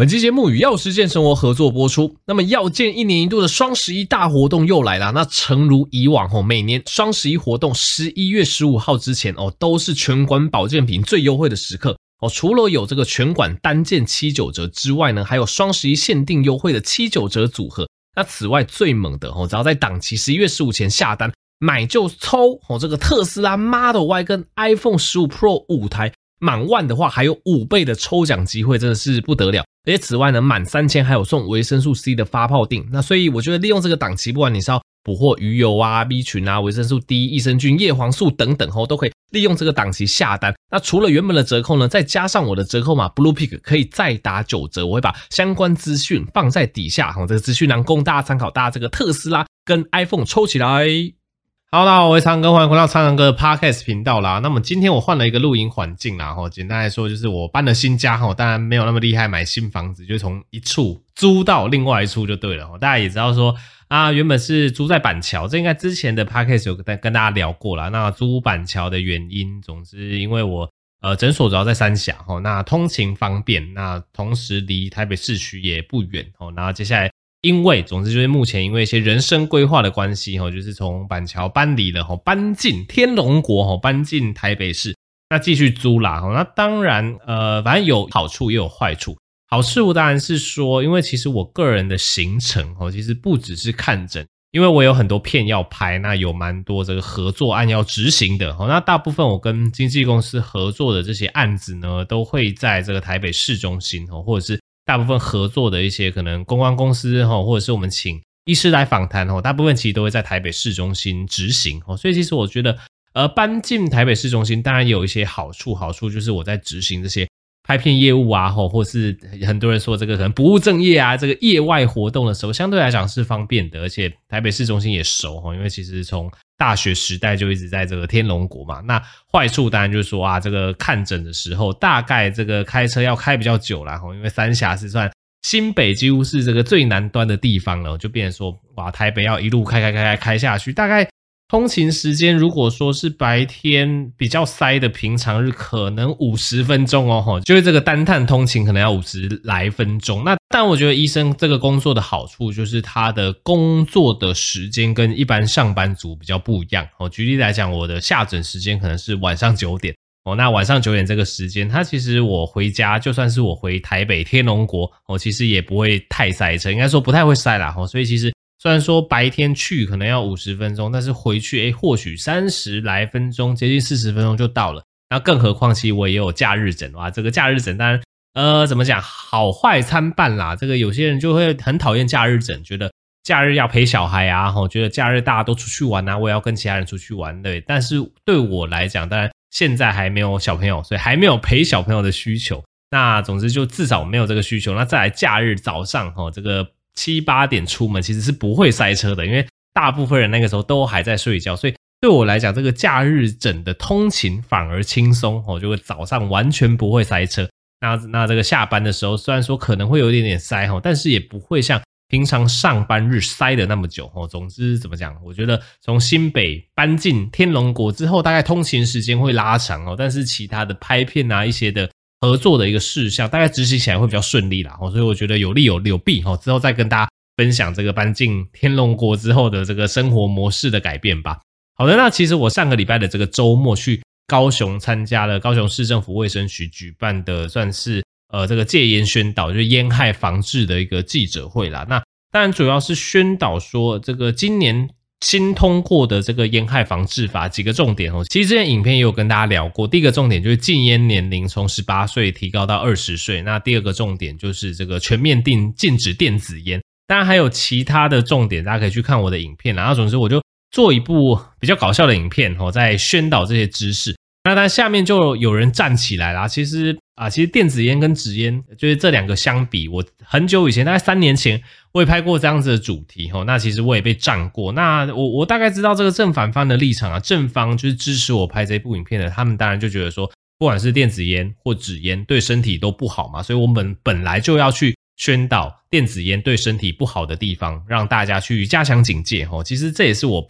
本期节目与药师健生活合作播出。那么药健1年1度的双11大活动又来了。那诚如以往每年双11活动11月15号之前都是全馆保健品最优惠的时刻。除了有这个全馆单件79折之外呢，还有双11限定优惠的79折组合。那此外最猛的只要在档期11月15前下单买就抽这个特斯拉 Model Y 跟 iPhone 15 Pro 5台，满万的话还有5倍的抽奖机会，真的是不得了。而且此外呢，满3000还有送维生素 C 的发泡锭。那所以我觉得利用这个档期，不管你是要补货鱼油啊、B 群啊、维生素 D、益生菌、叶黄素等等都可以利用这个档期下单。那除了原本的折扣呢，再加上我的折扣码 BluePick 可以再打9折。我会把相关资讯放在底下这个资讯栏供大家参考，大家这个特斯拉跟 iPhone 抽起来。Hello， 大家好，我是苍哥，欢迎回到苍狼哥的 Podcast 频道啦。那么今天我换了一个录音环境啦，简单来说就是我搬了新家，当然没有那么厉害，买新房子就从一处租到另外一处就对了。大家也知道说原本是租在板桥，这应该之前的 Podcast 有跟大家聊过啦。那租板桥的原因，总之因为我诊所主要在三峡，那通勤方便，那同时离台北市区也不远，然后接下来总之就是目前因为一些人生规划的关系，就是从板桥搬离了，搬进天龙国，搬进台北市，那继续租啦。那当然反正有好处也有坏处。好处当然是说，因为其实我个人的行程其实不只是看诊，因为我有很多片要拍，那有蛮多这个合作案要执行的。那大部分我跟经纪公司合作的这些案子呢，都会在这个台北市中心，或者是大部分合作的一些可能公关公司，或者是我们请医师来访谈，大部分其实都会在台北市中心执行。所以其实我觉得搬进台北市中心当然也有一些好处就是我在执行这些拍片业务啊，或是很多人说这个可能不务正业啊，这个业外活动的时候相对来讲是方便的，而且台北市中心也熟，因为其实从大学时代就一直在这个天龙国嘛。那坏处当然就是说这个看诊的时候大概这个开车要开比较久啦，因为三峡是算新北几乎是这个最南端的地方了，就变成说台北要一路开下去，大概通勤时间如果说是白天比较塞的平常日可能50分钟就是这个单趟通勤可能要50来分钟。那但我觉得医生这个工作的好处就是他的工作的时间跟一般上班族比较不一样。举例来讲，我的下诊时间可能是晚上9点那晚上9点这个时间，它其实我回家就算是我回台北天龙国其实也不会太塞车，应该说不太会塞啦所以其实虽然说白天去可能要50分钟，但是回去或许30来分钟，接近40分钟就到了。那更何况其实我也有假日诊这个假日诊当然怎么讲，好坏参半啦。这个有些人就会很讨厌假日诊，觉得假日要陪小孩啊，觉得假日大家都出去玩啊，我也要跟其他人出去玩，对。但是对我来讲，当然现在还没有小朋友，所以还没有陪小朋友的需求。那总之就至少没有这个需求。那再来假日早上这个7、8点出门其实是不会塞车的，因为大部分人那个时候都还在睡觉，所以对我来讲这个假日诊的通勤反而轻松就会早上完全不会塞车。那这个下班的时候虽然说可能会有一点点塞但是也不会像平常上班日塞的那么久总之怎么讲，我觉得从新北搬进天龙国之后大概通勤时间会拉长但是其他的拍片啊一些的合作的一个事项大概执行起来会比较顺利啦所以我觉得有利有弊之后再跟大家分享这个搬进天龙国之后的这个生活模式的改变吧。好的，那其实我上个礼拜的这个周末去高雄参加了高雄市政府卫生局举办的算是这个戒烟宣导，就是烟害防治的一个记者会啦。那当然主要是宣导说这个今年新通过的这个烟害防治法几个重点其实之前影片也有跟大家聊过。第一个重点就是禁烟年龄从18岁提高到20岁，那第二个重点就是这个全面禁止电子烟。当然还有其他的重点，大家可以去看我的影片啦。然后总之我就做一部比较搞笑的影片在宣导这些知识。那当然下面就有人站起来啦，其实电子烟跟纸烟就是这两个相比，我很久以前大概3年前我也拍过这样子的主题那其实我也被站过。那我大概知道这个正反方的立场啊，正方就是支持我拍这部影片的，他们当然就觉得说不管是电子烟或纸烟对身体都不好嘛，所以我们本来就要去宣导电子烟对身体不好的地方，让大家去加强警戒其实这也是我拍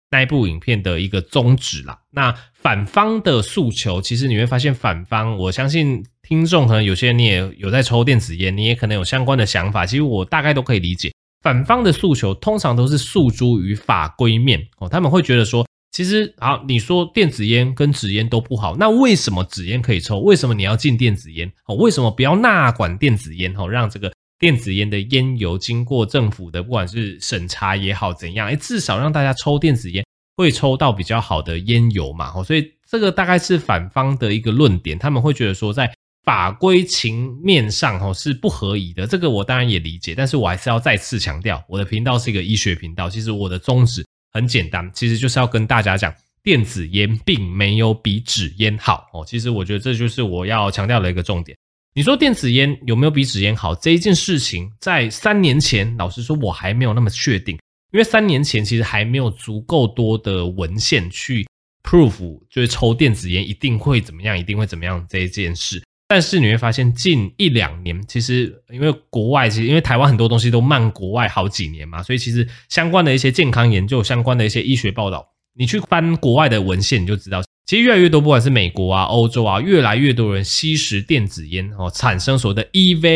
那一部影片的一个宗旨啦。那反方的诉求，其实你会发现反方，我相信听众可能有些人你也有在抽电子烟，你也可能有相关的想法，其实我大概都可以理解。反方的诉求通常都是诉诸于法规面，他们会觉得说，其实好，你说电子烟跟纸烟都不好，那为什么纸烟可以抽？为什么你要禁电子烟？为什么不要纳管电子烟？让这个电子烟的烟油经过政府的不管是审查也好怎样，至少让大家抽电子烟会抽到比较好的烟油嘛，所以这个大概是反方的一个论点，他们会觉得说在法规情面上是不合宜的，这个我当然也理解，但是我还是要再次强调，我的频道是一个医学频道，其实我的宗旨很简单，其实就是要跟大家讲，电子烟并没有比纸烟好，其实我觉得这就是我要强调的一个重点。你说电子烟有没有比纸烟好，这一件事情在3年前，老实说我还没有那么确定，因为3年前其实还没有足够多的文献去 proof 就是抽电子烟一定会怎么样，一定会怎么样这一件事。但是你会发现近1-2年，其实因为国外其实因为台湾很多东西都慢国外好几年嘛，所以其实相关的一些健康研究，相关的一些医学报道，你去翻国外的文献你就知道，其实越来越多不管是美国啊、欧洲啊，越来越多人吸食电子烟，产生所谓的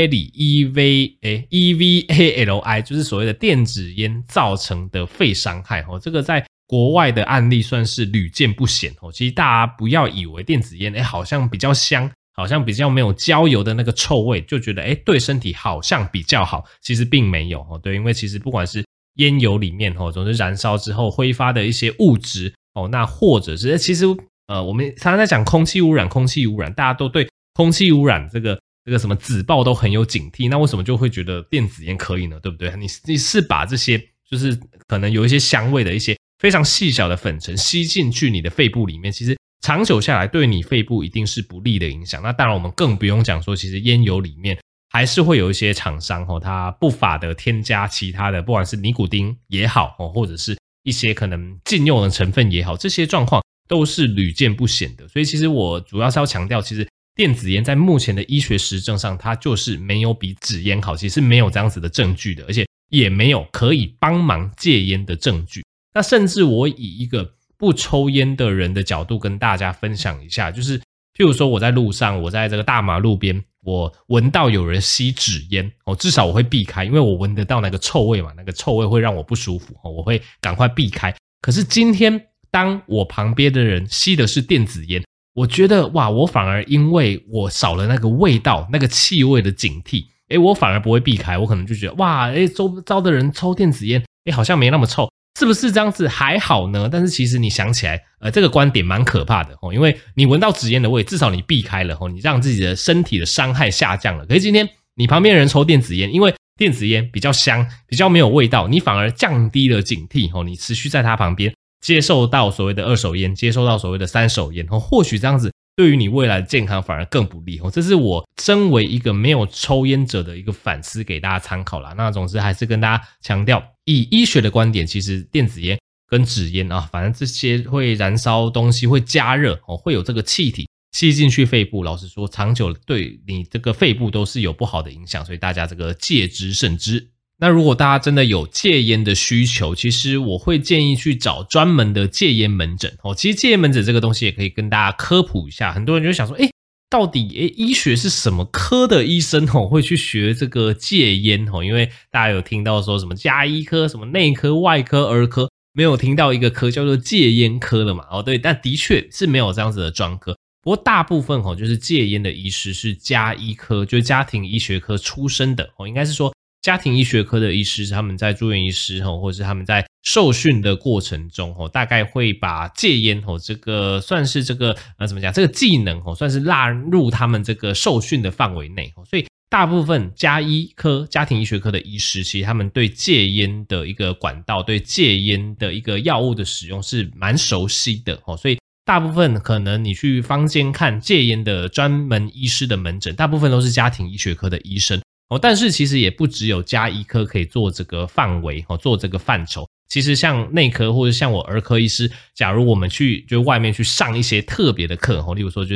EVALI 就是所谓的电子烟造成的肺伤害，这个在国外的案例算是屡见不鲜。其实大家不要以为电子烟好像比较香，好像比较没有焦油的那个臭味，就觉得对身体好像比较好，其实并没有。对，因为其实不管是烟油里面总是燃烧之后挥发的一些物质，那或者是其实我们常常在讲空气污染，大家都对空气污染这个什么紫爆都很有警惕，那为什么就会觉得电子烟可以呢？对不对？你是把这些就是可能有一些香味的一些非常细小的粉尘吸进去你的肺部里面，其实长久下来对你肺部一定是不利的影响。那当然我们更不用讲说，其实烟油里面还是会有一些厂商它不法的添加其他的，不管是尼古丁也好，或者是一些可能禁用的成分也好，这些状况都是屡见不鲜的。所以其实我主要是要强调，其实电子烟在目前的医学实证上，它就是没有比纸烟好，其实没有这样子的证据的，而且也没有可以帮忙戒烟的证据。那甚至我以一个不抽烟的人的角度跟大家分享一下，就是譬如说我在路上，我在这个大马路边，我闻到有人吸纸烟，至少我会避开，因为我闻得到那个臭味嘛，那个臭味会让我不舒服，我会赶快避开。可是今天当我旁边的人吸的是电子烟，我觉得哇，我反而因为我少了那个味道，那个气味的警惕，我反而不会避开，我可能就觉得哇，周遭的人抽电子烟，好像没那么臭，是不是这样子还好呢？但是其实你想起来，这个观点蛮可怕的，因为你闻到纸烟的味，至少你避开了，你让自己的身体的伤害下降了。可是今天你旁边人抽电子烟，因为电子烟比较香，比较没有味道，你反而降低了警惕，你持续在他旁边接受到所谓的二手烟，接受到所谓的三手烟，或许这样子对于你未来的健康反而更不利。这是我身为一个没有抽烟者的一个反思，给大家参考啦。那总之还是跟大家强调，以医学的观点，其实电子烟跟纸烟反正这些会燃烧东西，会加热，会有这个气体吸进去肺部，老实说长久对你这个肺部都是有不好的影响，所以大家这个戒之慎之。那如果大家真的有戒烟的需求，其实我会建议去找专门的戒烟门诊。其实戒烟门诊这个东西也可以跟大家科普一下，很多人就会想说到底医学是什么科的医生会去学这个戒烟，因为大家有听到说什么家医科、什么内科、外科、儿科，没有听到一个科叫做戒烟科的嘛。对，但的确是没有这样子的专科。不过大部分就是戒烟的医师是家医科，就是家庭医学科出身的，应该是说家庭医学科的医师，他们在住院医师或者是他们在受训的过程中大概会把戒烟这个算是这个怎么讲，这个技能算是纳入他们这个受训的范围内。所以大部分家医科、家庭医学科的医师，其实他们对戒烟的一个管道，对戒烟的一个药物的使用是蛮熟悉的。所以大部分可能你去坊间看戒烟的专门医师的门诊，大部分都是家庭医学科的医生。但是其实也不只有家医科可以做这个范围，做这个范畴。其实像内科或者像我儿科医师，假如我们去就外面去上一些特别的课，例如说就是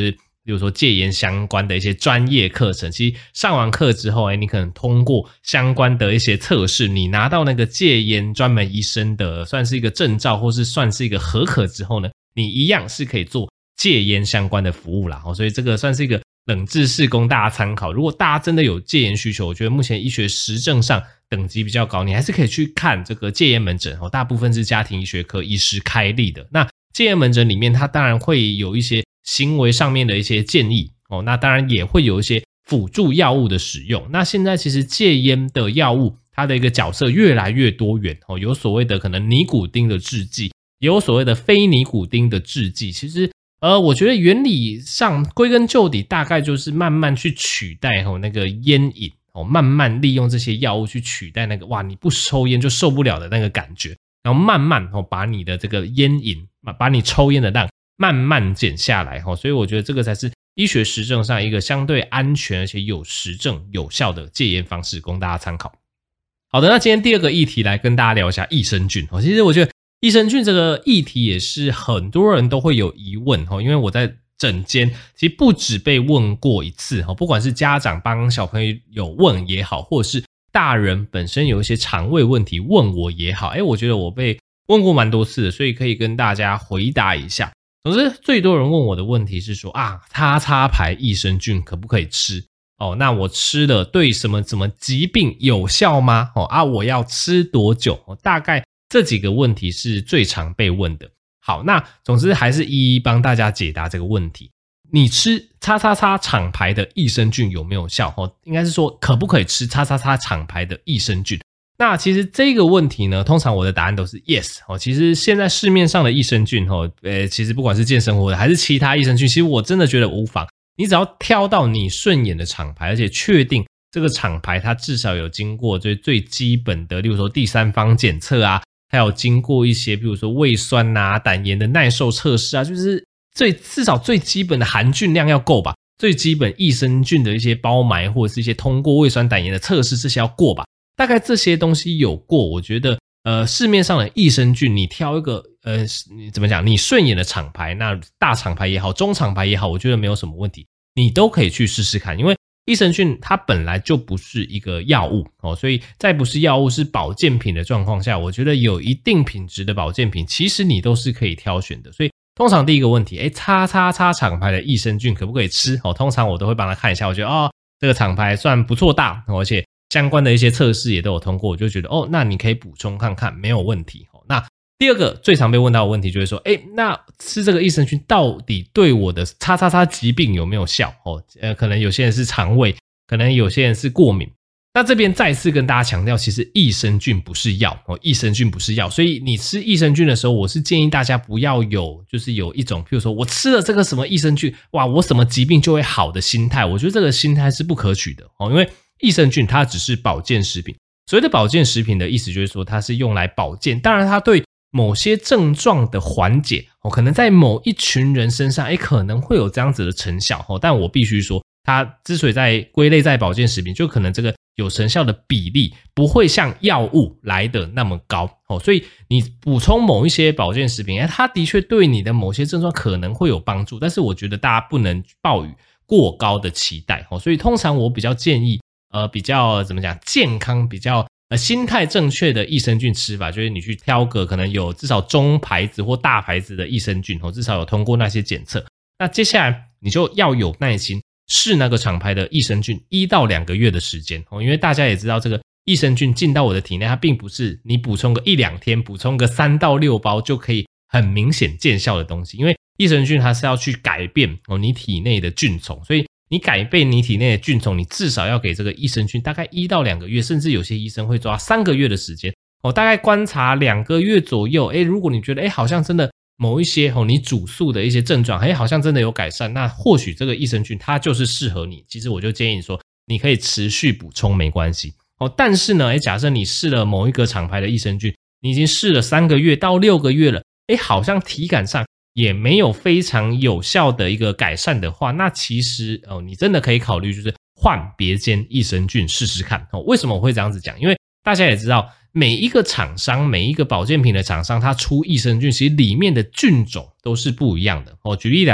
比如说戒烟相关的一些专业课程，其实上完课之后，你可能通过相关的一些测试，你拿到那个戒烟专门医生的算是一个证照，或是算是一个核可之后呢，你一样是可以做戒烟相关的服务啦。所以这个算是一个冷知识供大家参考。如果大家真的有戒烟需求，我觉得目前医学实证上等级比较高，你还是可以去看这个戒烟门诊，大部分是家庭医学科医师开立的。那戒烟门诊里面，它当然会有一些行为上面的一些建议，那当然也会有一些辅助药物的使用。那现在其实戒烟的药物，它的一个角色越来越多元，有所谓的可能尼古丁的制剂，也有所谓的非尼古丁的制剂。其实我觉得原理上归根究底，大概就是慢慢去取代那个烟瘾，慢慢利用这些药物去取代那个哇你不抽烟就受不了的那个感觉，然后慢慢把你的这个烟瘾，把你抽烟的量慢慢减下来。所以我觉得这个才是医学实证上一个相对安全而且有实证有效的戒烟方式，供大家参考。好的，那今天第二个议题来跟大家聊一下益生菌。其实我觉得益生菌这个议题也是很多人都会有疑问，因为我在诊间其实不止被问过一次，不管是家长帮小朋友有问也好，或者是大人本身有一些肠胃问题问我也好，我觉得我被问过蛮多次的，所以可以跟大家回答一下。总之最多人问我的问题是说叉叉牌益生菌可不可以吃？那我吃了对什么疾病有效吗？我要吃多久？大概这几个问题是最常被问的。好，那总之还是一一帮大家解答这个问题。你吃叉叉叉厂牌的益生菌有没有效？应该是说可不可以吃叉叉叉厂牌的益生菌？那其实这个问题呢，通常我的答案都是 yes。其实现在市面上的益生菌，其实不管是健生活的还是其他益生菌，其实我真的觉得无妨。你只要挑到你顺眼的厂牌，而且确定这个厂牌它至少有经过最基本的，例如说第三方检测啊，还有经过一些比如说胃酸啊、胆盐的耐受测试啊，就是至少最基本的含菌量要够吧，最基本益生菌的一些包埋或者是一些通过胃酸胆盐的测试，这些要过吧。大概这些东西有过，我觉得市面上的益生菌你挑一个你怎么讲，你顺眼的厂牌，那大厂牌也好，中厂牌也好，我觉得没有什么问题，你都可以去试试看。因为益生菌它本来就不是一个药物所以在不是药物是保健品的状况下，我觉得有一定品质的保健品其实你都是可以挑选的。所以通常第一个问题叉叉叉厂牌的益生菌可不可以吃通常我都会帮他看一下，我觉得这个厂牌算不错大，而且相关的一些测试也都有通过，我就觉得那你可以补充看看，没有问题。那第二个最常被问到的问题就是说那吃这个益生菌到底对我的叉叉叉疾病有没有效可能有些人是肠胃，可能有些人是过敏。那这边再次跟大家强调，其实益生菌不是药益生菌不是药，所以你吃益生菌的时候，我是建议大家不要有一种譬如说我吃了这个什么益生菌，哇我什么疾病就会好的心态，我觉得这个心态是不可取的因为益生菌它只是保健食品。所谓的保健食品的意思就是说它是用来保健，当然它对某些症状的缓解可能在某一群人身上可能会有这样子的成效但我必须说它之所以在归类在保健食品，就可能这个有成效的比例不会像药物来的那么高所以你补充某一些保健食品它的确对你的某些症状可能会有帮助，但是我觉得大家不能抱有过高的期待所以通常我比较建议比较怎么讲健康比较心态正确的益生菌吃法，就是你去挑个可能有至少中牌子或大牌子的益生菌至少有通过那些检测。那接下来你就要有耐心试那个厂牌的益生菌1到2个月的时间因为大家也知道这个益生菌进到我的体内，它并不是你补充个1-2天，补充个3到6包就可以很明显见效的东西。因为益生菌它是要去改变你体内的菌丛，所以你改变你体内的菌丛，你至少要给这个益生菌大概1到2个月，甚至有些医生会抓3个月的时间大概观察2个月左右如果你觉得好像真的某一些你主诉的一些症状好像真的有改善，那或许这个益生菌它就是适合你。其实我就建议你说你可以持续补充没关系但是呢假设你试了某一个厂牌的益生菌，你已经试了3个月到6个月了好像体感上也没有非常有效的一个改善的话，那其实你真的可以考虑就是换别间益生菌试试看为什么我会这样子讲？因为大家也知道每一个厂商，每一个保健品的厂商，它出益生菌其实里面的菌种都是不一样的举例来讲，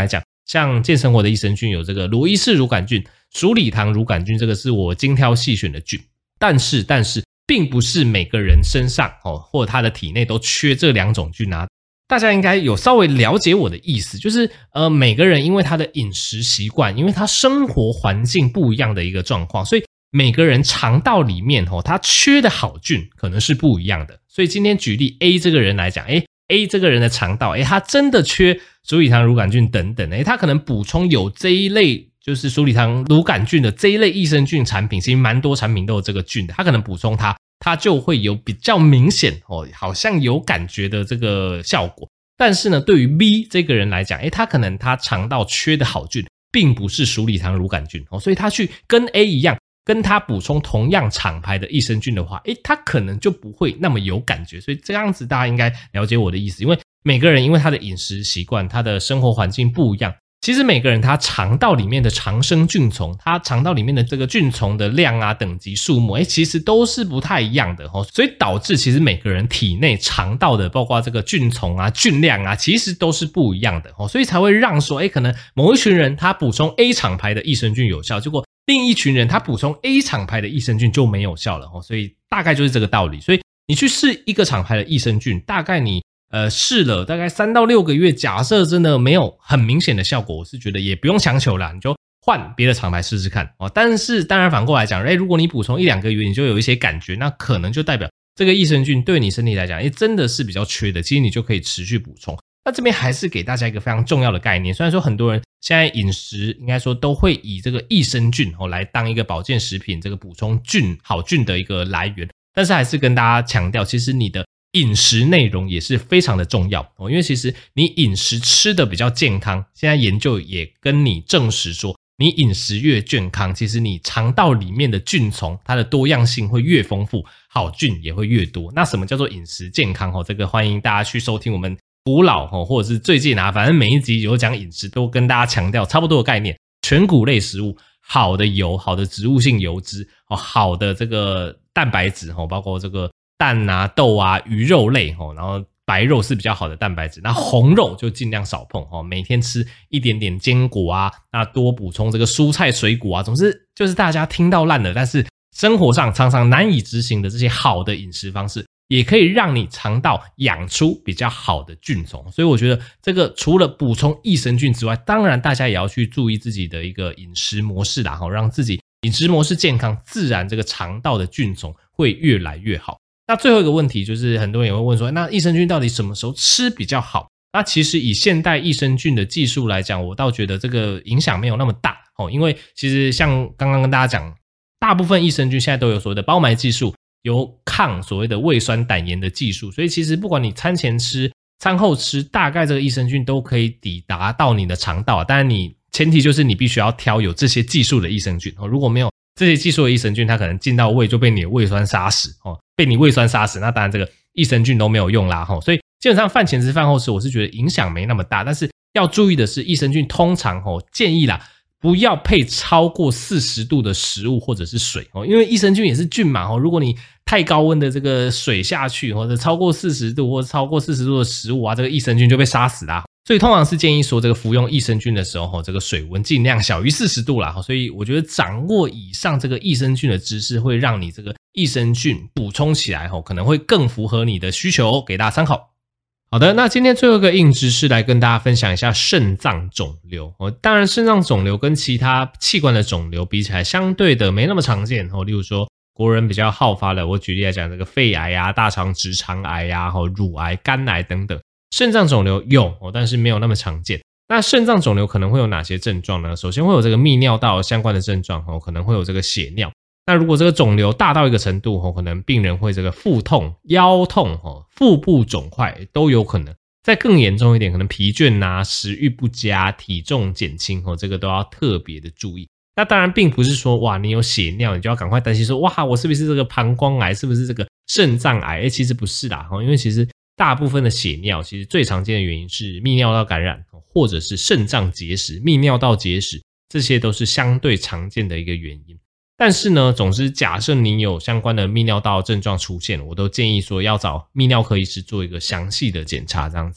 像健生活的益生菌有这个罗伊氏乳杆菌、鼠李糖乳杆菌，这个是我精挑细选的菌。但是并不是每个人身上或者他的体内都缺这2种菌啊。大家应该有稍微了解我的意思，就是每个人因为他的饮食习惯，因为他生活环境不一样的一个状况，所以每个人肠道里面他缺的好菌可能是不一样的。所以今天举例 A 这个人来讲，A 这个人的肠道他真的缺鼠李糖乳杆菌等等，他可能补充有这一类就是鼠李糖乳杆菌的这一类益生菌产品，其实蛮多产品都有这个菌的，他可能补充它就会有比较明显好像有感觉的这个效果。但是呢，对于 B 这个人来讲，他可能他肠道缺的好菌并不是鼠李糖乳杆菌所以他去跟 A 一样，跟他补充同样厂牌的益生菌的话，他可能就不会那么有感觉。所以这样子大家应该了解我的意思，因为每个人因为他的饮食习惯，他的生活环境不一样，其实每个人他肠道里面的常生菌丛，他肠道里面的这个菌丛的量啊、等级、数目其实都是不太一样的所以导致其实每个人体内肠道的包括这个菌丛啊、菌量啊，其实都是不一样的所以才会让说可能某一群人他补充 A 厂牌的益生菌有效，结果另一群人他补充 A 厂牌的益生菌就没有效了所以大概就是这个道理。所以你去试一个厂牌的益生菌，大概你试了大概3到6个月，假设真的没有很明显的效果，我是觉得也不用强求啦，你就换别的厂牌试试看但是当然反过来讲如果你补充1-2个月你就有一些感觉，那可能就代表这个益生菌对你身体来讲真的是比较缺的，其实你就可以持续补充。那这边还是给大家一个非常重要的概念，虽然说很多人现在饮食应该说都会以这个益生菌来当一个保健食品，这个补充好菌的一个来源，但是还是跟大家强调，其实你的饮食内容也是非常的重要因为其实你饮食吃的比较健康，现在研究也跟你证实说，你饮食越健康，其实你肠道里面的菌丛它的多样性会越丰富，好菌也会越多。那什么叫做饮食健康这个欢迎大家去收听我们古老或者是最近反正每一集有讲饮食都跟大家强调差不多的概念，全谷类食物，好的油，好的植物性油脂好的这个蛋白质包括这个蛋啊、豆啊、鱼肉类然后白肉是比较好的蛋白质，那红肉就尽量少碰每天吃一点点坚果啊，那多补充这个蔬菜水果啊，总之就是大家听到烂了，但是生活上常常难以执行的这些好的饮食方式，也可以让你肠道养出比较好的菌丛。所以我觉得这个除了补充益生菌之外，当然大家也要去注意自己的一个饮食模式啦让自己饮食模式健康，自然这个肠道的菌丛会越来越好。那最后一个问题就是很多人也会问说，那益生菌到底什么时候吃比较好？那其实以现代益生菌的技术来讲，我倒觉得这个影响没有那么大因为其实像刚刚跟大家讲，大部分益生菌现在都有所谓的包埋技术，有抗所谓的胃酸胆盐的技术，所以其实不管你餐前吃、餐后吃，大概这个益生菌都可以抵达到你的肠道当然你前提就是你必须要挑有这些技术的益生菌如果没有这些技术的益生菌，它可能进到胃就被你的胃酸杀死被你胃酸杀死，那当然这个益生菌都没有用啦所以基本上饭前吃饭后吃，我是觉得影响没那么大。但是要注意的是，益生菌通常建议啦不要配超过40度的食物或者是水因为益生菌也是菌嘛如果你太高温的这个水下去，或者超过40度或者超过40度的食物啊，这个益生菌就被杀死啦。所以通常是建议说，这个服用益生菌的时候这个水温尽量小于40度啦所以我觉得掌握以上这个益生菌的知识，会让你这个益生菌补充起来可能会更符合你的需求给大家参考。好的，那今天最后一个硬知识来跟大家分享一下肾脏肿瘤当然肾脏肿瘤跟其他器官的肿瘤比起来，相对的没那么常见例如说国人比较好发的，我举例来讲，这个肺癌啊、大肠直肠癌啊、乳癌、肝癌等等，肾脏肿瘤有但是没有那么常见。那肾脏肿瘤可能会有哪些症状呢？首先会有这个泌尿道相关的症状可能会有这个血尿。那如果这个肿瘤大到一个程度可能病人会这个腹痛、腰痛、腹部肿块都有可能。再更严重一点，可能疲倦啊、食欲不佳、体重减轻这个都要特别的注意。那当然并不是说哇你有血尿你就要赶快担心说哇我是不是这个膀胱癌，是不是这个肾脏癌其实不是啦因为其实大部分的血尿其实最常见的原因是泌尿道感染或者是肾脏结石、泌尿道结石，这些都是相对常见的一个原因。但是呢，总之假设你有相关的泌尿道症状出现，我都建议说要找泌尿科医师做一个详细的检查这样子。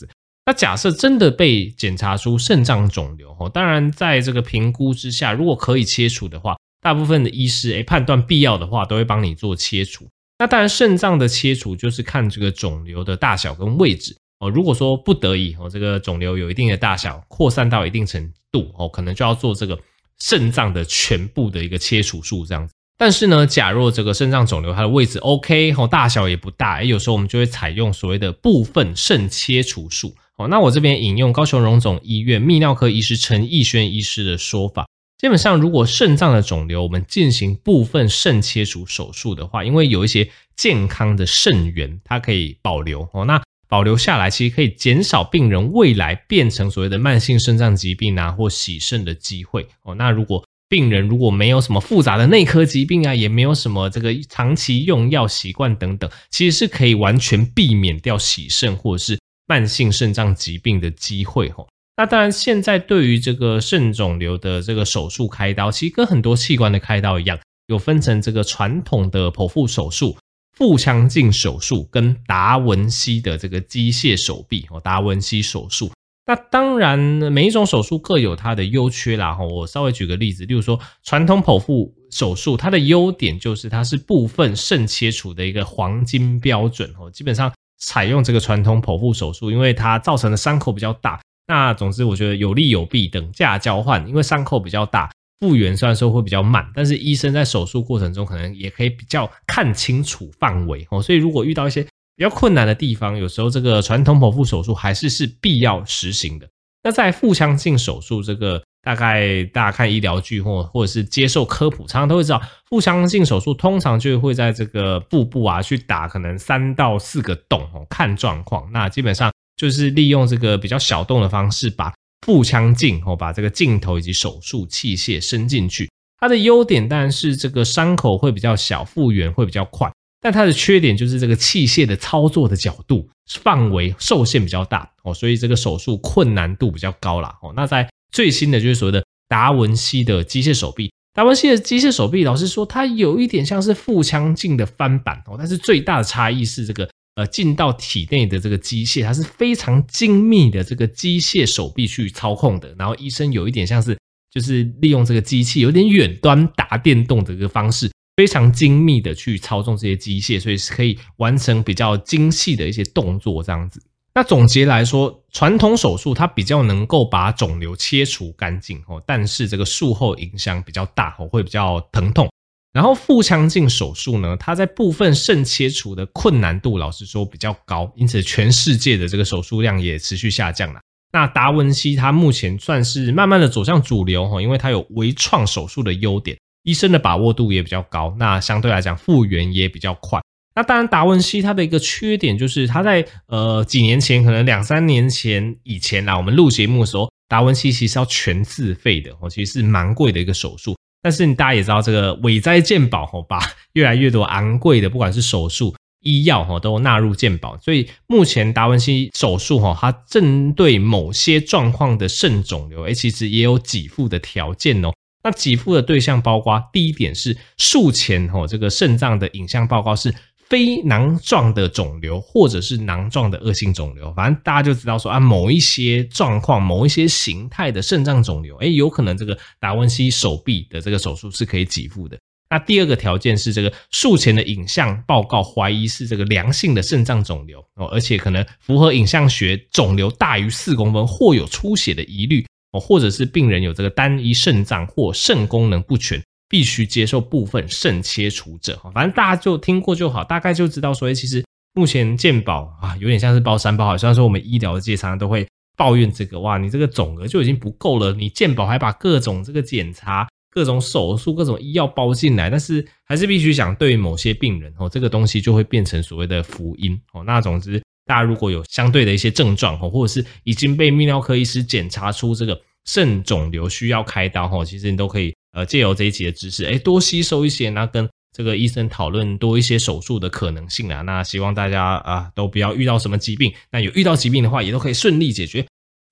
那假设真的被检查出肾脏肿瘤，当然在这个评估之下，如果可以切除的话，大部分的医师判断必要的话都会帮你做切除。那当然肾脏的切除就是看这个肿瘤的大小跟位置，如果说不得已这个肿瘤有一定的大小，扩散到一定程度，可能就要做这个肾脏的全部的一个切除术这样子。但是呢，假若这个肾脏肿瘤它的位置 OK， 大小也不大，有时候我们就会采用所谓的部分肾切除术。那我这边引用高雄荣总医院泌尿科医师陈义轩医师的说法，基本上如果肾脏的肿瘤我们进行部分肾切除手术的话，因为有一些健康的肾源它可以保留，那保留下来其实可以减少病人未来变成所谓的慢性肾脏疾病或洗肾的机会。那如果病人如果没有什么复杂的内科疾病也没有什么这个长期用药习惯等等，其实是可以完全避免掉洗肾或者是慢性肾脏疾病的机会。那当然现在对于这个肾肿瘤的这个手术开刀，其实跟很多器官的开刀一样，有分成这个传统的剖腹手术、腹腔镜手术跟达文西的这个机械手臂达文西手术。那当然每一种手术各有它的优缺啦，我稍微举个例子，例如说传统剖腹手术，它的优点就是它是部分肾切除的一个黄金标准，基本上采用这个传统剖腹手术，因为它造成的伤口比较大，那总之我觉得有利有弊，等价交换，因为伤口比较大，复原虽然说会比较慢，但是医生在手术过程中可能也可以比较看清楚范围，所以如果遇到一些比较困难的地方，有时候这个传统剖腹手术还是必要实行的。那在腹腔镜手术，这个大概大家看医疗剧或者是接受科普，常常都会知道腹腔镜手术通常就会在这个腹部去打可能3到4个洞，看状况。那基本上就是利用这个比较小洞的方式，把腹腔镜把这个镜头以及手术器械伸进去。它的优点当然是这个伤口会比较小，复原会比较快，但它的缺点就是这个器械的操作的角度范围受限比较大，所以这个手术困难度比较高啦。那在最新的就是所谓的达文西的机械手臂，达文西的机械手臂老实说它有一点像是腹腔镜的翻版，但是最大的差异是这个进到体内的这个机械它是非常精密的这个机械手臂去操控的，然后医生有一点像是就是利用这个机器有点远端打电动的一个方式，非常精密的去操纵这些机械，所以是可以完成比较精细的一些动作这样子。那总结来说，传统手术它比较能够把肿瘤切除干净，但是这个术后影响比较大，会比较疼痛。然后腹腔镜手术呢，它在部分肾切除的困难度老实说比较高，因此全世界的这个手术量也持续下降啦。那达文西它目前算是慢慢的走向主流，因为它有微创手术的优点，医生的把握度也比较高，那相对来讲复原也比较快。那当然达文西它的一个缺点就是它在几年前可能2-3年前以前啦，我们录节目的时候达文西其实要全自费的，其实是蛮贵的一个手术。但是大家也知道这个伟哉健保把越来越多昂贵的不管是手术医药都纳入健保，所以目前达文西手术它针对某些状况的肾肿瘤其实也有给付的条件哦。那给付的对象包括第一点是术前这个肾脏的影像报告是非囊状的肿瘤或者是囊状的恶性肿瘤，反正大家就知道说某一些状况某一些形态的肾脏肿瘤有可能这个达文西手臂的这个手术是可以给付的。那第二个条件是这个术前的影像报告怀疑是这个良性的肾脏肿瘤而且可能符合影像学肿瘤大于4公分或有出血的疑虑或者是病人有这个单一肾脏或肾功能不全，必须接受部分肾切除者。反正大家就听过就好，大概就知道说其实目前健保有点像是包山包海，虽然说我们医疗界常常都会抱怨这个哇你这个总额就已经不够了，你健保还把各种这个检查各种手术各种医药包进来，但是还是必须想对于某些病人这个东西就会变成所谓的福音那总之大家如果有相对的一些症状或者是已经被泌尿科医师检查出这个肾肿瘤需要开刀其实你都可以借由这一集的知识多吸收一些，那跟这个医生讨论多一些手术的可能性那希望大家都不要遇到什么疾病，那有遇到疾病的话也都可以顺利解决。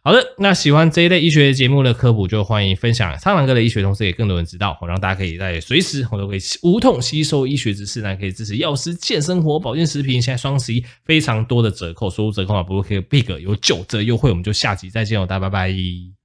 好的，那喜欢这一类医学节目的科普，就欢迎分享苍狼哥的医学同时给更多人知道，让大家可以在随时都可以无痛吸收医学知识，可以支持药师健生活保健食品。现在双11非常多的折扣，输入折扣码 BlueClickPig 有9折优惠，我们就下集再见哦，大家拜拜。